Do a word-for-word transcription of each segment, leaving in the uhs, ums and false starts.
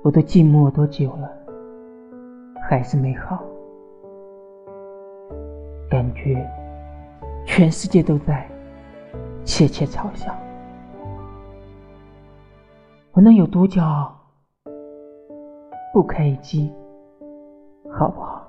我都寂寞多久了，还是没好，感觉全世界都在窃窃嘲笑。我能有多骄傲？不开一击，好不好？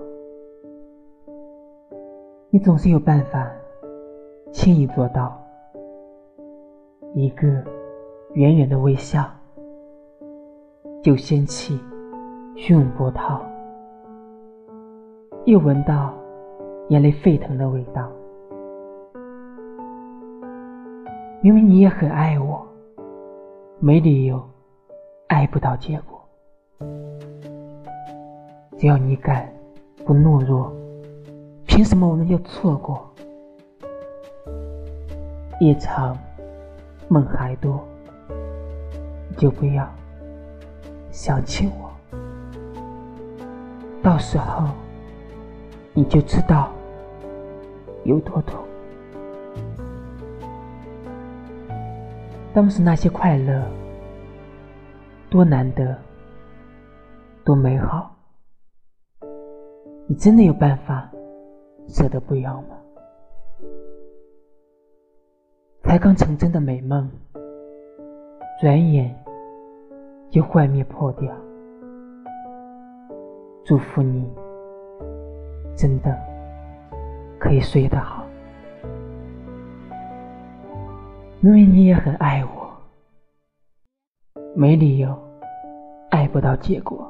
你总是有办法轻易做到，一个远远的微笑就掀起汹涌波涛，又闻到眼泪沸腾的味道。明明你也很爱我，没理由爱不到结果。只要你敢不懦弱，凭什么我们要错过？夜长梦还多，你就不要想起我，到时候你就知道有多痛。当时那些快乐多难得，多美好，你真的有办法舍得不要吗？才刚成真的美梦，转眼就幻灭破掉。祝福你真的可以睡得好，因为你也很爱我，没理由爱不到结果。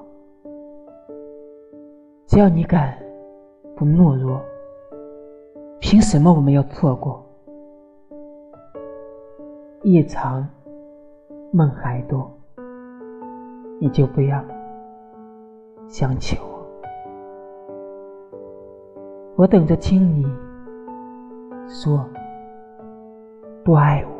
只要你敢不懦弱，凭什么我们要错过？夜长梦还多，你就不要想起我。我等着听你说不爱我。